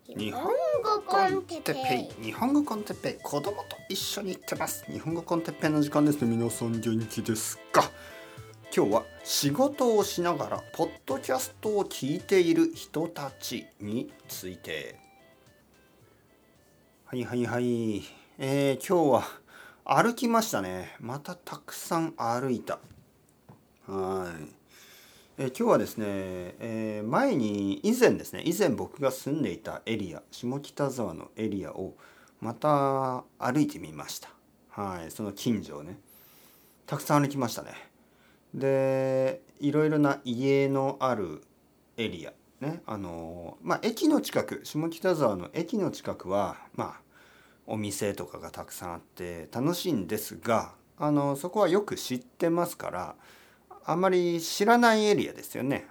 日本語コンテッペイ、日本語コンテッペイ、子供と一緒に行ってます。日本語コンテッペイの時間ですね。皆さん元気ですか？今日は仕事をしながらポッドキャストを聞いている人たちについて。はい。今日は歩きましたね。またたくさん歩いた。今日はですね、以前僕が住んでいたエリア、下北沢のエリアをまた歩いてみました。その近所をね、たくさん歩きましたね。で、いろいろな家のあるエリアね、駅の近く、下北沢の駅の近くはお店とかがたくさんあって楽しいんですが、そこはよく知ってますから。あまり知らないエリアですよね。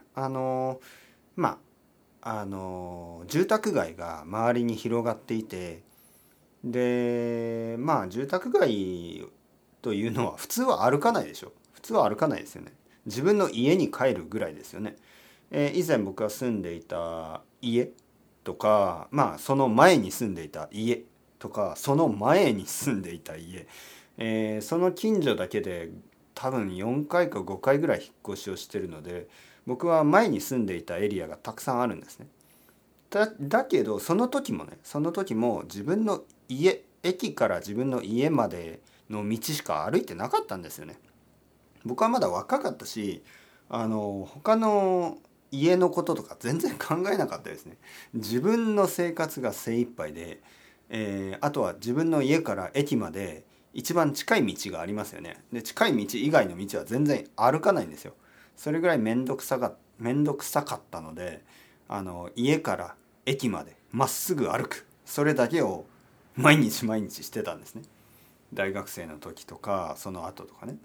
住宅街が周りに広がっていて、で住宅街というのは普通は歩かないでしょ。普通は歩かないですよね。自分の家に帰るぐらいですよね。以前僕が住んでいた家とか、その前に住んでいた家とか、その前に住んでいた家、その近所だけで多分4回か5回ぐらい引っ越しをしてるので、僕は前に住んでいたエリアがたくさんあるんですね。だけどその時も自分の駅から自分の家までの道しか歩いてなかったんですよね。僕はまだ若かったし、他の家のこととか全然考えなかったですね。自分の生活が精一杯で、あとは自分の家から駅まで一番近い道がありますよね。で、近い道以外の道は全然歩かないんですよ。それぐらい面倒くさかったので、家から駅までまっすぐ歩く、それだけを毎日してたんですね。大学生の時とかその後とかね。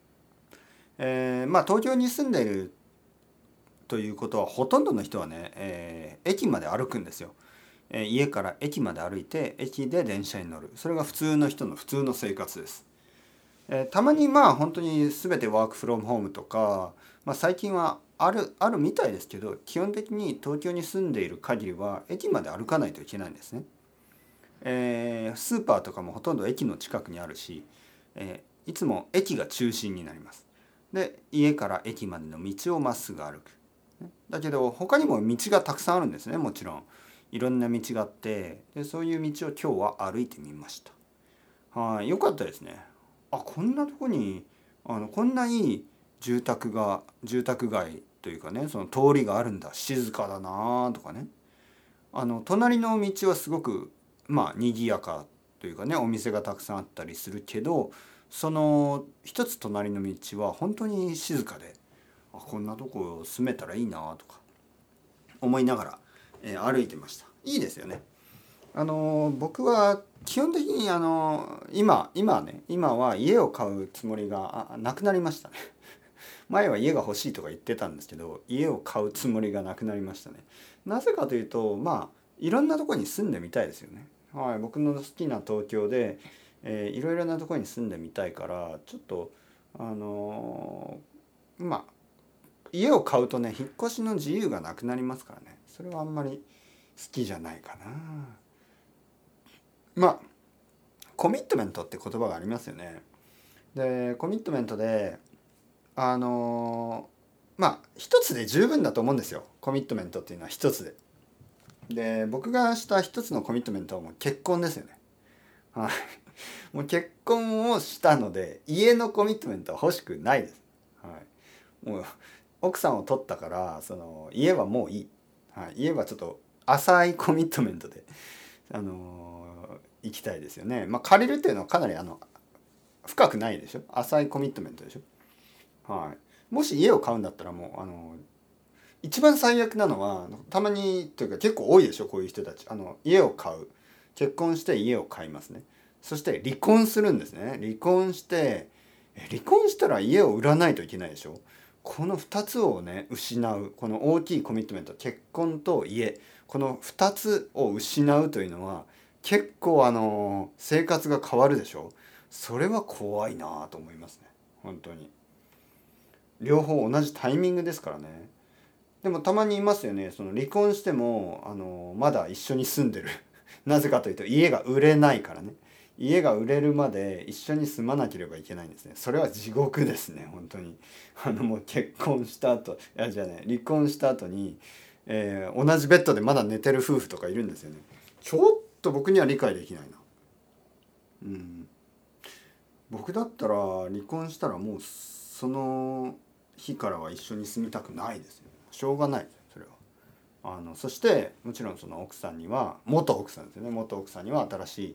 東京に住んでいるということは、ほとんどの人はね、駅まで歩くんですよ。家から駅まで歩いて、駅で電車に乗る。それが普通の人の普通の生活です。たまに本当に全てワークフロムホームとか、最近はあるみたいですけど、基本的に東京に住んでいる限りは駅まで歩かないといけないんですね。スーパーとかもほとんど駅の近くにあるし、いつも駅が中心になります。で、家から駅までの道をまっすぐ歩く。だけど他にも道がたくさんあるんですね。もちろんいろんな道があって、でそういう道を今日は歩いてみました。よかったですね。こんなとこにこんないい住宅街というかね、その通りがあるんだ、静かだなとかね。隣の道はすごく賑やかというかね、お店がたくさんあったりするけど、その一つ隣の道は本当に静かで、こんなとこ住めたらいいなとか思いながら、歩いてました。いいですよね。僕は基本的に今は家を買うつもりがなくなりましたね。前は家が欲しいとか言ってたんですけど、家を買うつもりがなくなりましたね。なぜかというと、いろんなところに住んでみたいですよね。僕の好きな東京で、いろいろなところに住んでみたいから、ちょっと家を買うとね、引っ越しの自由がなくなりますからね。それはあんまり好きじゃないかな。コミットメントって言葉がありますよね。で、コミットメントで一つで十分だと思うんですよ。コミットメントっていうのは一つで。で、僕がした一つのコミットメントはもう結婚ですよね。もう結婚をしたので、家のコミットメントは欲しくないです。もう奥さんを取ったから、その家はもういい。家はちょっと浅いコミットメントで、行きたいですよね。借りるっていうのはかなり深くないでしょ。浅いコミットメントでしょ。もし家を買うんだったら、もう一番最悪なのは、たまにというか結構多いでしょ、こういう人たち。家を買う、結婚して家を買いますね。そして離婚するんですね。離婚したら家を売らないといけないでしょ。この2つをね失う、この大きいコミットメント、結婚と家、この2つを失うというのは結構生活が変わるでしょ。それは怖いなと思いますね。本当に両方同じタイミングですからね。 でもたまにいますよね。その離婚してもまだ一緒に住んでるなぜかというと家が売れないからね。家が売れるまで一緒に住まなければいけないんですね。それは地獄ですね、本当に。もう結婚した後、じゃあね、離婚した後に、同じベッドでまだ寝てる夫婦とかいるんですよね。ちょっと僕には理解できないな。うん。僕だったら離婚したらもうその日からは一緒に住みたくないですよ。しょうがない、それは。そしてもちろんその奥さんには、元奥さんですよね、元奥さんには新しい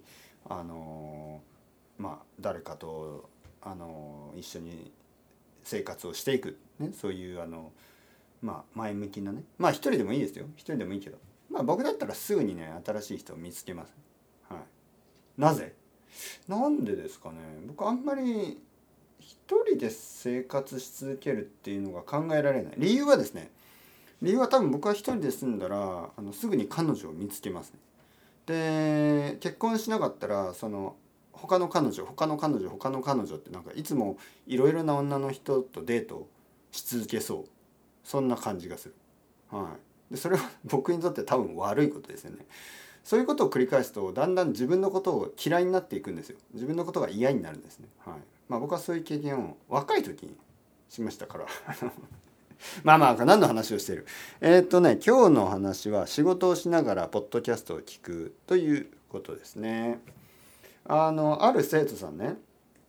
誰かと一緒に生活をしていく、ね、そういう前向きなね、一人でもいいですよ、一人でもいいけど、僕だったらすぐにね新しい人を見つけます。はい。なぜなんでですかね。僕あんまり一人で生活し続けるっていうのが考えられない。理由はですね、理由は多分僕は一人で住んだらすぐに彼女を見つけますね。で結婚しなかったらその他の彼女ってなんかいつもいろいろな女の人とデートし続けそう、そんな感じがする。はい。でそれは僕にとって多分悪いことですよね。そういうことを繰り返すとだんだん自分のことを嫌いになっていくんですよ。自分のことが嫌になるんですね。はい。僕はそういう経験を若い時にしましたから何の話をしている。今日の話は仕事をしながらポッドキャストを聞くということですね。ある生徒さんね、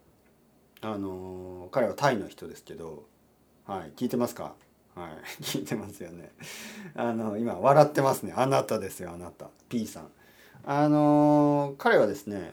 彼はタイの人ですけど、はい、聞いてますか？はい、聞いてますよね。今笑ってますね。あなたですよ、あなた。P さん。彼はですね、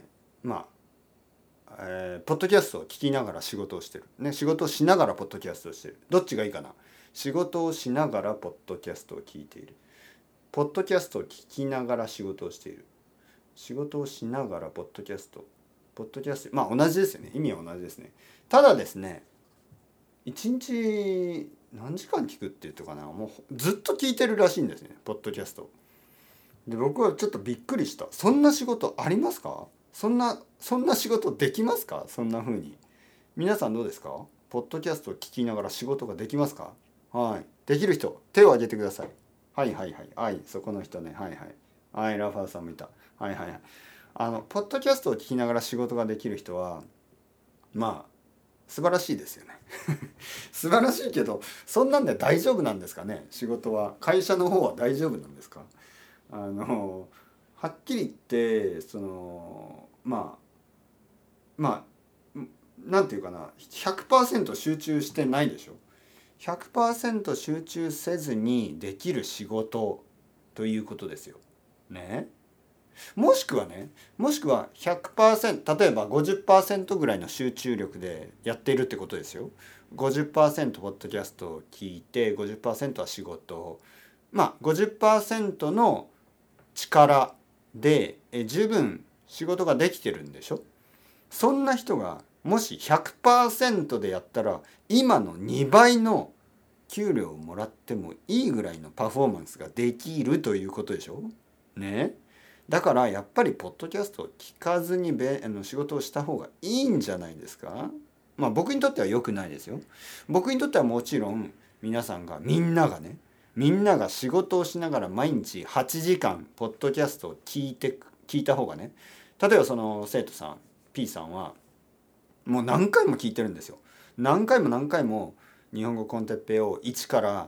ポッドキャストを聞きながら仕事をしてる。ね、仕事をしながらポッドキャストをしてる。どっちがいいかな。仕事をしながらポッドキャストを聞いている。ポッドキャストを聞きながら仕事をしている。仕事をしながらポッドキャスト。ポッドキャスト、同じですよね。意味は同じですね。ただですね、一日何時間聞くって言うとかな、もうずっと聞いてるらしいんですね、ポッドキャスト。で僕はちょっとびっくりした。そんな仕事ありますか？そんな仕事できますか？そんな風に。皆さんどうですか？ポッドキャストを聞きながら仕事ができますか？はい。できる人、手を挙げてください。はいはいはい。はい、そこの人ね。はいはい。はい、ラファーさんもいた。はいはいはい。ポッドキャストを聞きながら仕事ができる人は、素晴らしいですよね。素晴らしいけど、そんなんで大丈夫なんですかね？仕事は。会社の方は大丈夫なんですか？はっきり言って、なんていうかな、100% 集中してないでしょ。100% 集中せずにできる仕事ということですよ。ね。もしくは 100%、例えば 50% ぐらいの集中力でやっているってことですよ。50% ポッドキャストを聞いて 50% は仕事。50% の力で十分仕事ができてるんでしょ。そんな人がもし 100% でやったら今の2倍の給料をもらってもいいぐらいのパフォーマンスができるということでしょ。ね。だからやっぱりポッドキャストを聞かずに仕事をした方がいいんじゃないですか。僕にとっては良くないですよ。僕にとってはもちろん皆さんがみんなが仕事をしながら毎日8時間ポッドキャストを聞いた方がね、例えばその生徒さん P さんはもう何回も聞いてるんですよ。何回も日本語コンテッペイを1から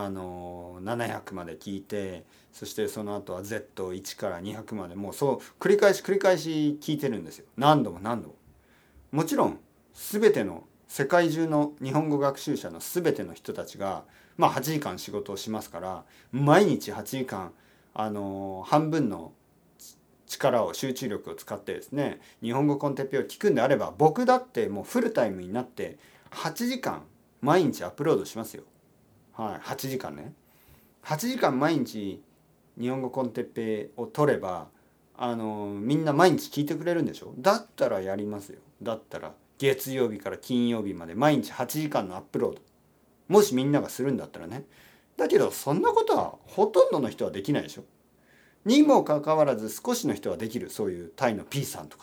700まで聞いて、そしてその後は Z1 から200までもうそう繰り返し聞いてるんですよ。何度も。もちろん全ての世界中の日本語学習者の全ての人たちが8時間仕事をしますから、毎日8時間半分の集中力を使ってですね、日本語コンテッペイを聞くんであれば、僕だってもうフルタイムになって8時間毎日アップロードしますよ。はい、8時間ね。8時間毎日日本語コンテッペイを取れば、みんな毎日聞いてくれるんでしょ。だったらやりますよ。だったら月曜日から金曜日まで毎日8時間のアップロード。もしみんながするんだったらね。だけどそんなことはほとんどの人はできないでしょ。にもかかわらず少しの人はできる。そういうタイの P さんとか。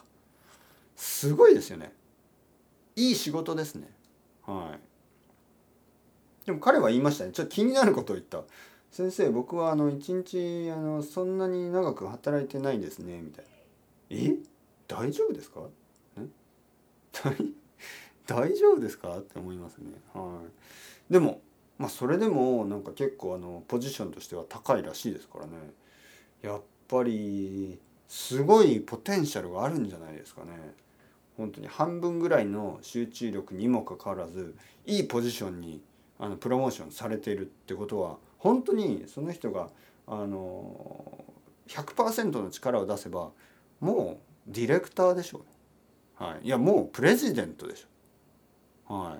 すごいですよね。いい仕事ですね。はい。 でも彼は言いましたね。ちょっと気になることを言った。先生、僕は一日そんなに長く働いてないですねみたいな。え、大丈夫ですか？ね、大丈夫ですかって思いますね。はい。でもまあそれでもなんか結構ポジションとしては高いらしいですからね。やっぱりすごいポテンシャルがあるんじゃないですかね。本当に半分ぐらいの集中力にもかかわらずいいポジションにプロモーションされているってことは、本当にその人が100% の力を出せばもうディレクターでしょうね。はい、いやもうプレジデントでしょ。はい、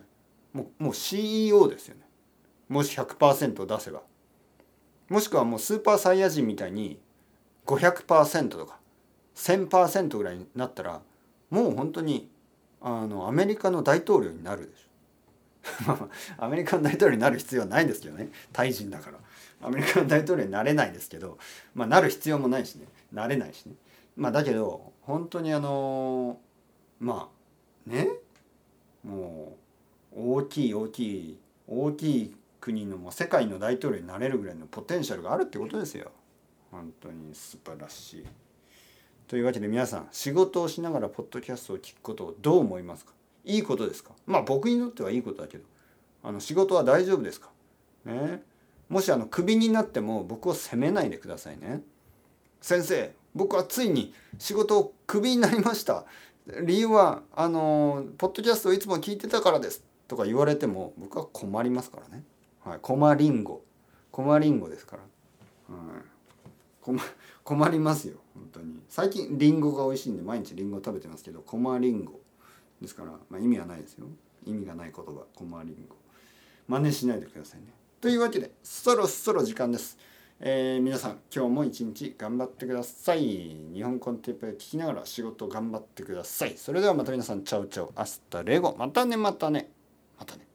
もう CEO ですよね。もし 100% 出せば。もしくはもうスーパーサイヤ人みたいに500% とか 1000% ぐらいになったらもう本当にアメリカの大統領になるでしょ。アメリカの大統領になる必要はないんですけどね、タイ人だから。アメリカの大統領になれないですけど、まあなる必要もないしね、なれないしね。まあだけど本当にまあね、もう大きい国のもう世界の大統領になれるぐらいのポテンシャルがあるってことですよ。本当に素晴らしい。というわけで皆さん、仕事をしながらポッドキャストを聞くことをどう思いますか？いいことですか？まあ僕にとってはいいことだけど、仕事は大丈夫ですか？ね。もしクビになっても僕を責めないでくださいね。先生、僕はついに仕事をクビになりました。理由はポッドキャストをいつも聞いてたからですとか言われても僕は困りますからね。はい、困りんごですから。はい、困りますよ本当に。最近リンゴが美味しいんで毎日リンゴを食べてますけど、困りんごですから、まあ、意味はないですよ。意味がない言葉、困りんご。真似しないでくださいね。というわけでそろそろ時間です。皆さん今日も一日頑張ってください。日本コンテンポラリー聞きながら仕事頑張ってください。それではまた皆さんチャウチャウアスタレゴ、またねまたねまたね。